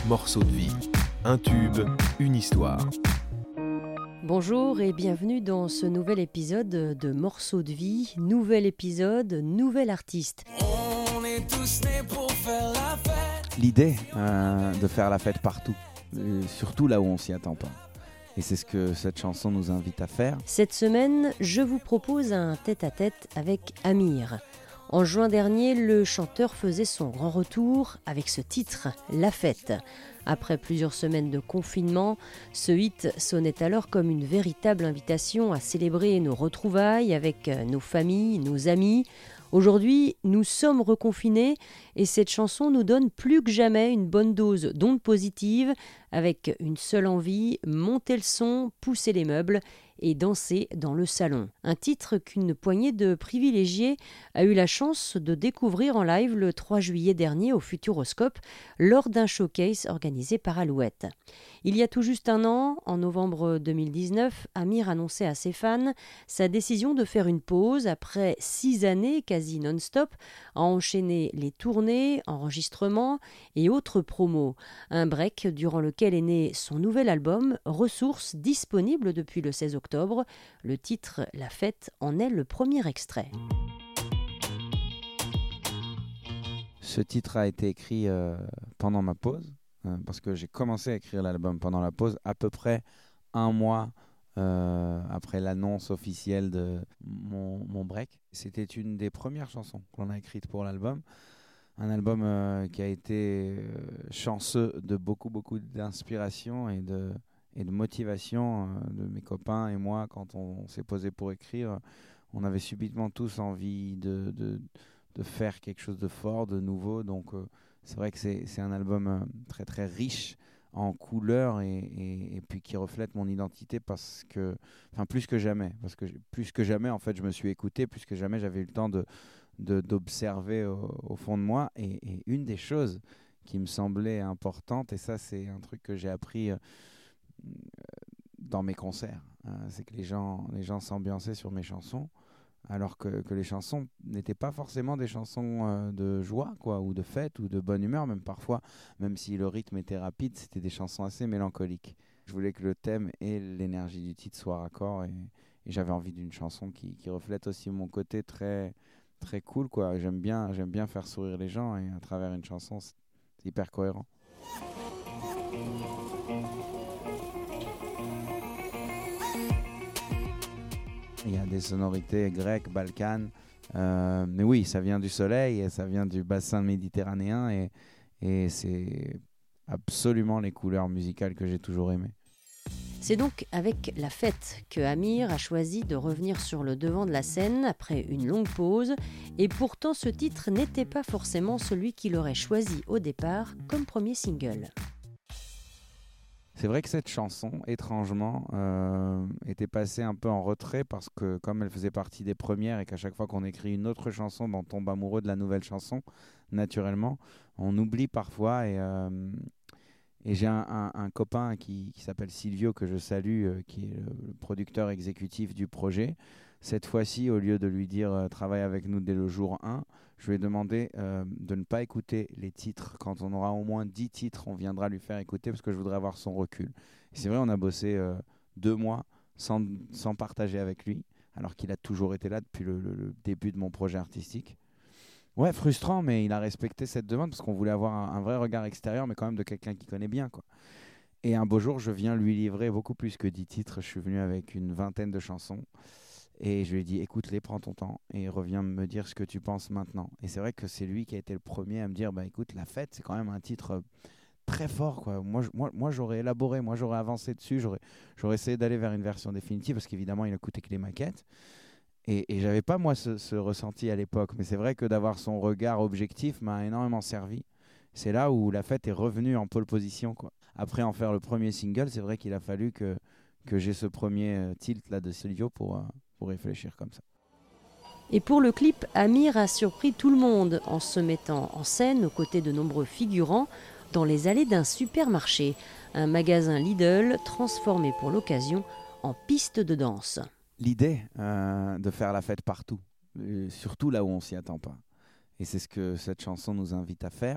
Morceaux de vie. Un tube, une histoire. Bonjour et bienvenue dans ce nouvel épisode de Morceaux de vie. Nouvel épisode, nouvel artiste. On est tous nés pour faire la fête. L'idée de faire la fête partout, surtout là où on s'y attend pas. Et c'est ce que cette chanson nous invite à faire. Cette semaine, je vous propose un tête-à-tête avec Amir. En juin dernier, le chanteur faisait son grand retour avec ce titre, La Fête. Après plusieurs semaines de confinement, ce hit sonnait alors comme une véritable invitation à célébrer nos retrouvailles avec nos familles, nos amis. Aujourd'hui, nous sommes reconfinés et cette chanson nous donne plus que jamais une bonne dose d'ondes positives avec une seule envie, monter le son, pousser les meubles et danser dans le salon. Un titre qu'une poignée de privilégiés a eu la chance de découvrir en live le 3 juillet dernier au Futuroscope lors d'un showcase organisé par Alouette. Il y a tout juste un an, en novembre 2019, Amir annonçait à ses fans sa décision de faire une pause après 6 années quasi non-stop à enchaîner les tournées, enregistrements et autres promos. Un break durant lequel est né son nouvel album, Ressources, disponible depuis le 16 octobre. Le titre La Fête en est le premier extrait. Ce titre a été écrit pendant ma pause, parce que j'ai commencé à écrire l'album pendant la pause, à peu près un mois après l'annonce officielle de mon break. C'était une des premières chansons qu'on a écrites pour l'album. Un album qui a été chanceux de beaucoup d'inspiration et de motivation de mes copains et moi. Quand on s'est posé pour écrire, on avait subitement tous envie de faire quelque chose de fort, de nouveau. Donc c'est vrai que c'est un album très très riche en couleurs et puis qui reflète mon identité plus que jamais en fait je me suis écouté, plus que jamais j'avais eu le temps d'observer au fond de moi et une des choses qui me semblait importante, et ça c'est un truc que j'ai appris dans mes concerts, c'est que les gens s'ambiançaient sur mes chansons, alors que les chansons n'étaient pas forcément des chansons de joie quoi, ou de fête ou de bonne humeur, même parfois, même si le rythme était rapide, c'était des chansons assez mélancoliques. Je voulais que le thème et l'énergie du titre soient raccords et j'avais envie d'une chanson qui reflète aussi mon côté très, très cool quoi. J'aime bien faire sourire les gens et à travers une chanson, c'est hyper cohérent. Il y a des sonorités grecques, balkanes, mais oui, ça vient du soleil et ça vient du bassin méditerranéen et c'est absolument les couleurs musicales que j'ai toujours aimées. C'est donc avec La Fête que Amir a choisi de revenir sur le devant de la scène après une longue pause, et pourtant ce titre n'était pas forcément celui qu'il aurait choisi au départ comme premier single. C'est vrai que cette chanson, étrangement, était passée un peu en retrait parce que comme elle faisait partie des premières et qu'à chaque fois qu'on écrit une autre chanson, on tombe amoureux de la nouvelle chanson, naturellement, on oublie parfois et j'ai un copain qui s'appelle Silvio, que je salue, qui est le producteur exécutif du projet. Cette fois-ci, au lieu de lui dire travaille avec nous dès le jour 1, je lui ai demandé de ne pas écouter les titres. Quand on aura au moins 10 titres, on viendra lui faire écouter parce que je voudrais avoir son recul. Et c'est vrai, on a bossé 2 mois sans partager avec lui, alors qu'il a toujours été là depuis le début de mon projet artistique. Ouais, frustrant, mais il a respecté cette demande parce qu'on voulait avoir un vrai regard extérieur, mais quand même de quelqu'un qui connaît bien, quoi. Et un beau jour, je viens lui livrer beaucoup plus que 10 titres. Je suis venu avec une vingtaine de chansons. Et je lui ai dit, écoute-les, prends ton temps et reviens me dire ce que tu penses maintenant. Et c'est vrai que c'est lui qui a été le premier à me dire, écoute, La Fête, c'est quand même un titre très fort, quoi. Moi, j'aurais élaboré, moi, j'aurais avancé dessus, j'aurais essayé d'aller vers une version définitive parce qu'évidemment, il a coûté que les maquettes. Et j'avais pas, moi, ce ressenti à l'époque. Mais c'est vrai que d'avoir son regard objectif m'a énormément servi. C'est là où La Fête est revenue en pole position, quoi. Après en faire le premier single, c'est vrai qu'il a fallu que j'ai ce premier tilt là de Silvio pour réfléchir comme ça. Et pour le clip, Amir a surpris tout le monde en se mettant en scène aux côtés de nombreux figurants dans les allées d'un supermarché, un magasin Lidl transformé pour l'occasion en piste de danse. L'idée de faire la fête partout, surtout là où on s'y attend pas. Et c'est ce que cette chanson nous invite à faire.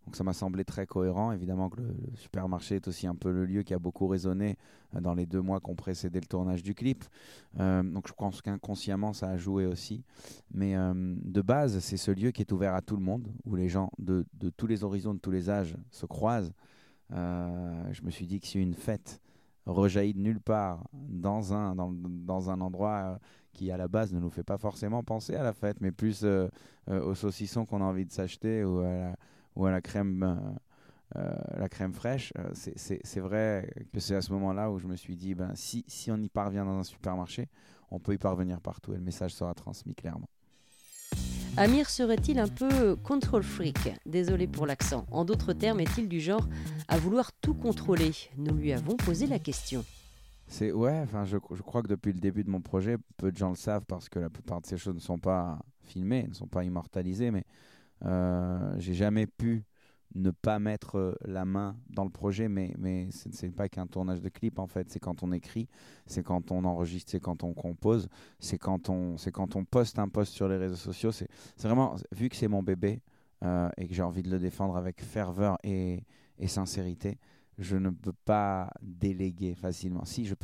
Donc ça m'a semblé très cohérent. Évidemment que le supermarché est aussi un peu le lieu qui a beaucoup résonné dans les 2 mois qui ont précédé le tournage du clip. Donc je pense qu'inconsciemment ça a joué aussi. Mais de base, c'est ce lieu qui est ouvert à tout le monde, où les gens de tous les horizons, de tous les âges se croisent. Je me suis dit que si une fête rejaillit de nulle part dans un endroit qui à la base ne nous fait pas forcément penser à la fête, mais plus aux saucissons qu'on a envie de s'acheter ou à la crème fraîche, c'est vrai que c'est à ce moment-là où je me suis dit, si on y parvient dans un supermarché, on peut y parvenir partout et le message sera transmis clairement. Amir serait-il un peu control freak? Désolé pour l'accent. En d'autres termes, est-il du genre à vouloir tout contrôler? Nous lui avons posé la question. Je crois que depuis le début de mon projet, peu de gens le savent parce que la plupart de ces choses ne sont pas filmées, ne sont pas immortalisées, mais j'ai jamais pu ne pas mettre la main dans le projet, mais c'est pas qu'un tournage de clip en fait, c'est quand on écrit, c'est quand on enregistre, c'est quand on compose, c'est quand on poste un post sur les réseaux sociaux, c'est vraiment, vu que c'est mon bébé et que j'ai envie de le défendre avec ferveur et sincérité, je ne peux pas déléguer facilement. Si, je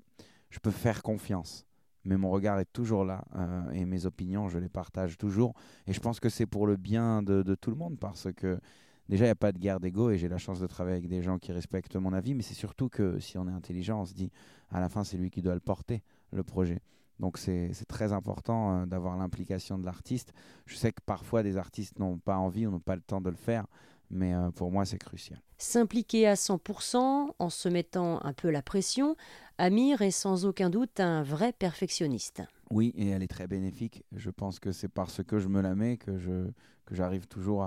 peux faire confiance, mais mon regard est toujours là et mes opinions, je les partage toujours. Et je pense que c'est pour le bien de tout le monde parce que déjà, il n'y a pas de guerre d'ego et j'ai la chance de travailler avec des gens qui respectent mon avis, mais c'est surtout que si on est intelligent, on se dit à la fin, c'est lui qui doit le porter, le projet. Donc c'est très important d'avoir l'implication de l'artiste. Je sais que parfois des artistes n'ont pas envie ou n'ont pas le temps de le faire, mais pour moi, c'est crucial. S'impliquer à 100% en se mettant un peu la pression, Amir est sans aucun doute un vrai perfectionniste. Oui, et elle est très bénéfique. Je pense que c'est parce que je me la mets que j'arrive toujours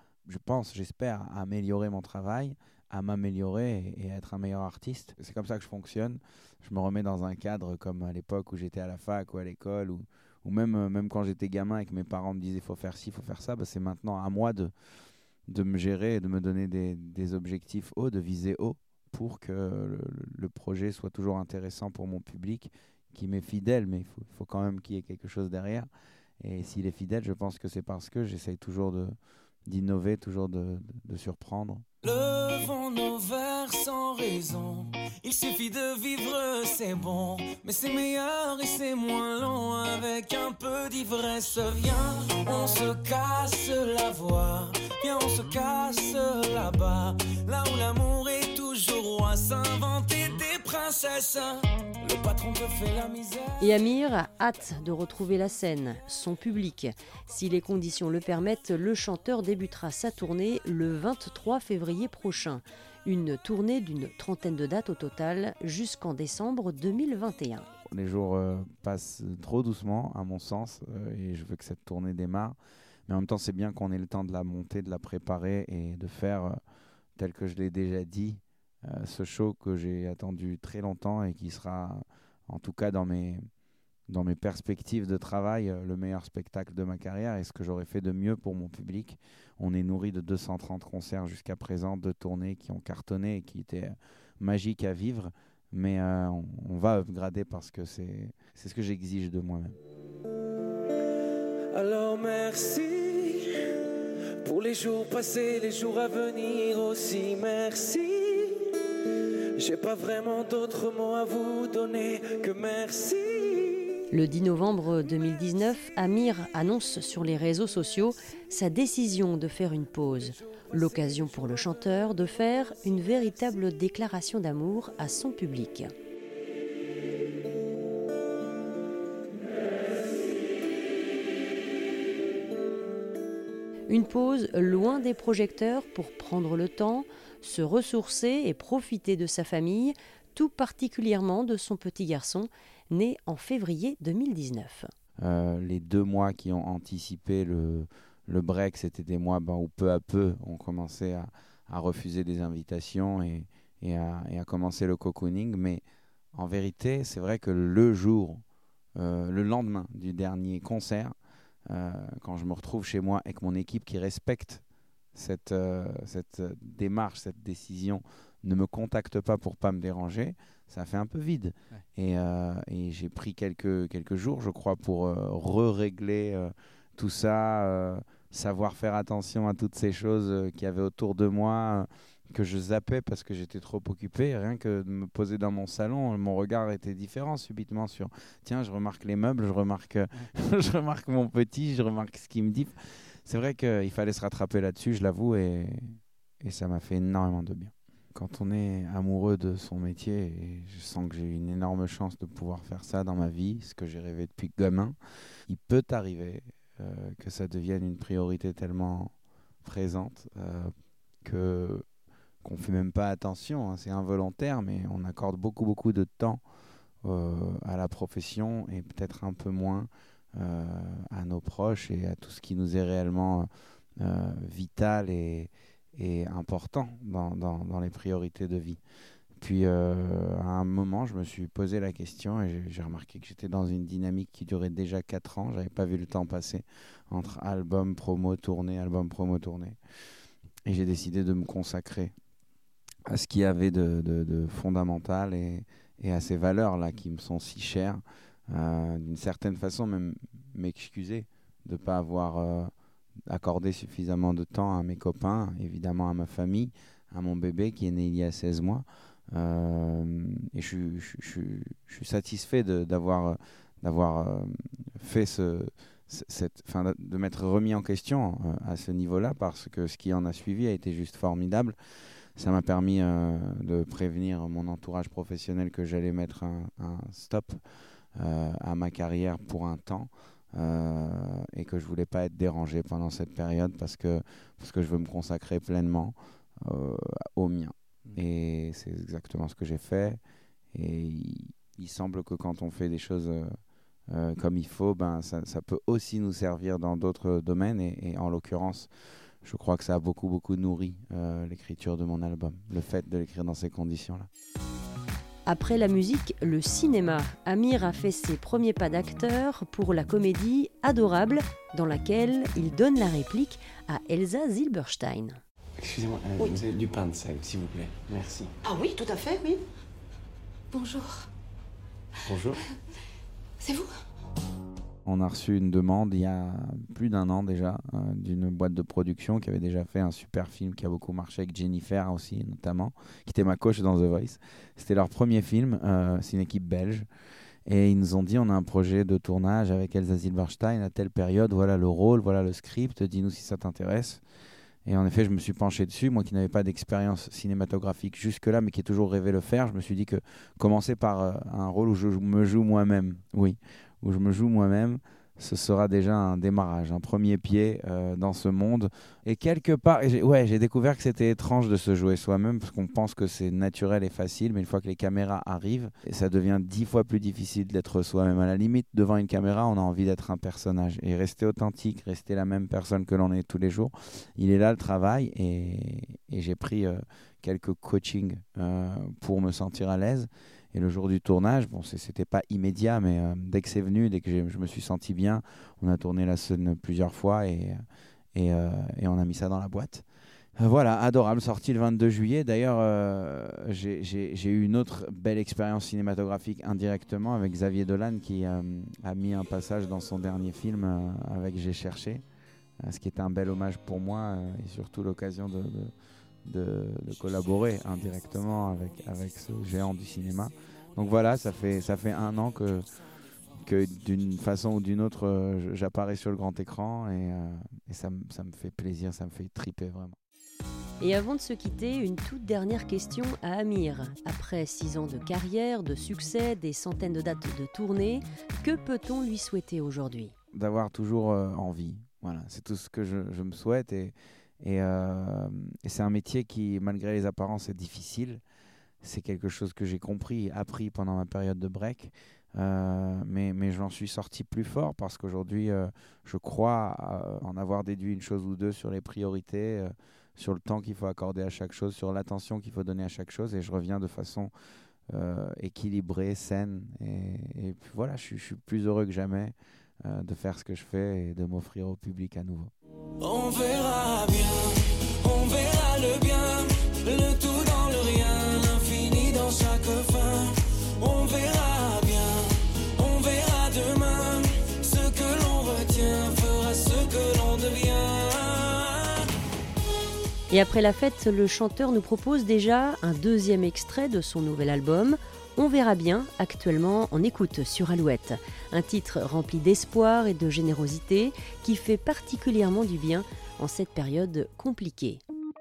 j'espère, à améliorer mon travail, à m'améliorer et à être un meilleur artiste. C'est comme ça que je fonctionne. Je me remets dans un cadre comme à l'époque où j'étais à la fac ou à l'école ou même quand j'étais gamin et que mes parents me disaient il faut faire ci, il faut faire ça. C'est maintenant à moi de me gérer et de me donner des objectifs hauts, de viser haut pour que le projet soit toujours intéressant pour mon public qui m'est fidèle, mais il faut quand même qu'il y ait quelque chose derrière. Et s'il est fidèle, je pense que c'est parce que j'essaye toujours d'innover, toujours de surprendre. Levons nos verres sans raison. Il suffit de vivre, c'est bon. Mais c'est meilleur et c'est moins long. Avec un peu d'ivresse, viens, on se casse la voix. Viens, on se casse là-bas. Là où l'amour est toujours roi. S'inventer des princesses. Le patron te fait la misère. Et Amir a hâte de retrouver la scène, son public. Si les conditions le permettent, le chanteur débutera sa tournée le 23 février prochain. Une tournée d'une 30aine de dates au total jusqu'en décembre 2021. Les jours passent trop doucement, à mon sens, et je veux que cette tournée démarre. Mais en même temps, c'est bien qu'on ait le temps de la monter, de la préparer et de faire, tel que je l'ai déjà dit, ce show que j'ai attendu très longtemps et qui sera, en tout cas dans mes perspectives de travail, le meilleur spectacle de ma carrière et ce que j'aurais fait de mieux pour mon public. On est nourri de 230 concerts jusqu'à présent, 2 tournées qui ont cartonné et qui étaient magiques à vivre. Mais on va upgrader parce que c'est ce que j'exige de moi-même. Alors merci pour les jours passés, les jours à venir aussi, merci. J'ai pas vraiment d'autres mots à vous donner que merci. Le 10 novembre 2019, Amir annonce sur les réseaux sociaux sa décision de faire une pause. L'occasion pour le chanteur de faire une véritable déclaration d'amour à son public. Une pause loin des projecteurs pour prendre le temps, se ressourcer et profiter de sa famille, tout particulièrement de son petit garçon, né en février 2019. Les 2 mois qui ont anticipé le break, c'était des mois où peu à peu on commençait à refuser des invitations et à commencer le cocooning. Mais en vérité, c'est vrai que le lendemain du dernier concert, quand je me retrouve chez moi avec mon équipe qui respecte cette démarche, cette décision, ne me contacte pas pour pas me déranger, ça fait un peu vide. Ouais. Et j'ai pris quelques jours, je crois, pour régler tout ça, savoir faire attention à toutes ces choses qu'il y avait autour de moi, que je zappais parce que j'étais trop occupé. Rien que de me poser dans mon salon, mon regard était différent subitement sur tiens, je remarque les meubles, je remarque je remarque mon petit, je remarque ce qu'il me dit. C'est vrai qu'il fallait se rattraper là-dessus, je l'avoue, et ça m'a fait énormément de bien. Quand on est amoureux de son métier, et je sens que j'ai eu une énorme chance de pouvoir faire ça dans ma vie, ce que j'ai rêvé depuis gamin, il peut arriver que ça devienne une priorité tellement présente qu'on ne fait même pas attention, hein, c'est involontaire, mais on accorde beaucoup de temps à la profession et peut-être un peu moins à nos proches et à tout ce qui nous est réellement vital et important dans les priorités de vie. Puis à un moment, je me suis posé la question et j'ai remarqué que j'étais dans une dynamique qui durait déjà 4 ans. Je n'avais pas vu le temps passer entre album, promo, tournée, album, promo, tournée. Et j'ai décidé de me consacrer à ce qu'il y avait de fondamental et à ces valeurs-là qui me sont si chères. D'une certaine façon, même m'excuser de ne pas avoir accordé suffisamment de temps à mes copains, évidemment à ma famille, à mon bébé qui est né il y a 16 mois. Et je suis satisfait d'avoir fait de m'être remis en question à ce niveau-là, parce que ce qui en a suivi a été juste formidable. Ça m'a permis de prévenir mon entourage professionnel que j'allais mettre un stop à ma carrière pour un temps et que je voulais pas être dérangé pendant cette période parce que je veux me consacrer pleinement au mien. Et c'est exactement ce que j'ai fait. Et il semble que quand on fait des choses comme il faut, ça peut aussi nous servir dans d'autres domaines. Et en l'occurrence, je crois que ça a beaucoup nourri l'écriture de mon album, le fait de l'écrire dans ces conditions-là. Après la musique, le cinéma. Amir a fait ses premiers pas d'acteur pour la comédie Adorable, dans laquelle il donne la réplique à Elsa Zilberstein. Excusez-moi, oui. Vous avez du pain de sel, s'il vous plaît. Merci. Ah oui, tout à fait, oui. Bonjour. Bonjour. C'est vous ? On a reçu une demande il y a plus d'1 an déjà d'une boîte de production qui avait déjà fait un super film qui a beaucoup marché avec Jennifer aussi notamment, qui était ma coach dans The Voice. C'était leur premier film, c'est une équipe belge. Et ils nous ont dit on a un projet de tournage avec Elsa Zilberstein à telle période, voilà le rôle, voilà le script, dis-nous si ça t'intéresse. Et en effet, je me suis penché dessus, moi qui n'avais pas d'expérience cinématographique jusque-là, mais qui ai toujours rêvé le faire. Je me suis dit que commencer par un rôle où je me joue moi-même, où je me joue moi-même, ce sera déjà un démarrage, un premier pied dans ce monde. Et quelque part, j'ai découvert que c'était étrange de se jouer soi-même, parce qu'on pense que c'est naturel et facile, mais une fois que les caméras arrivent, ça devient 10 fois plus difficile d'être soi-même. À la limite, devant une caméra, on a envie d'être un personnage. Et rester authentique, rester la même personne que l'on est tous les jours, il est là le travail. Et j'ai pris quelques coachings pour me sentir à l'aise. Et le jour du tournage, c'était pas immédiat, mais dès que c'est venu, dès que je me suis senti bien, on a tourné la scène plusieurs fois et on a mis ça dans la boîte. Voilà, Adorable, sorti le 22 juillet. D'ailleurs, j'ai eu une autre belle expérience cinématographique indirectement avec Xavier Dolan qui a mis un passage dans son dernier film avec J'ai cherché, ce qui était un bel hommage pour moi et surtout l'occasion de collaborer indirectement avec ce géant du cinéma. Donc voilà, ça fait 1 an que d'une façon ou d'une autre, j'apparais sur le grand écran et ça me fait plaisir, ça me fait triper vraiment. Et avant de se quitter, une toute dernière question à Amir. Après 6 ans de carrière, de succès, des centaines de dates de tournée, que peut-on lui souhaiter aujourd'hui ? D'avoir toujours envie. Voilà, c'est tout ce que je me souhaite et c'est un métier qui, malgré les apparences, est difficile. C'est quelque chose que j'ai appris pendant ma période de break. Mais j'en suis sorti plus fort parce qu'aujourd'hui, je crois en avoir déduit une chose ou deux sur les priorités, sur le temps qu'il faut accorder à chaque chose, sur l'attention qu'il faut donner à chaque chose. Et je reviens de façon équilibrée, saine. Et puis voilà, je suis plus heureux que jamais de faire ce que je fais et de m'offrir au public à nouveau. On verra bien, on verra le bien, le tout dans le rien, l'infini dans chaque fin. On verra bien, on verra demain, ce que l'on retient fera ce que l'on devient. Et après la fête, le chanteur nous propose déjà un deuxième extrait de son nouvel album. On verra bien, actuellement en écoute sur Alouette. Un titre rempli d'espoir et de générosité qui fait particulièrement du bien en cette période compliquée.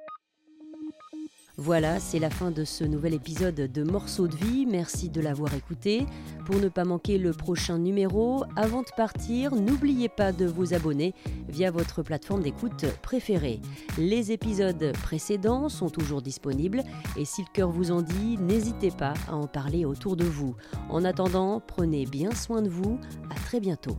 Voilà, c'est la fin de ce nouvel épisode de Morceaux de vie. Merci de l'avoir écouté. Pour ne pas manquer le prochain numéro, avant de partir, n'oubliez pas de vous abonner via votre plateforme d'écoute préférée. Les épisodes précédents sont toujours disponibles et si le cœur vous en dit, n'hésitez pas à en parler autour de vous. En attendant, prenez bien soin de vous. À très bientôt.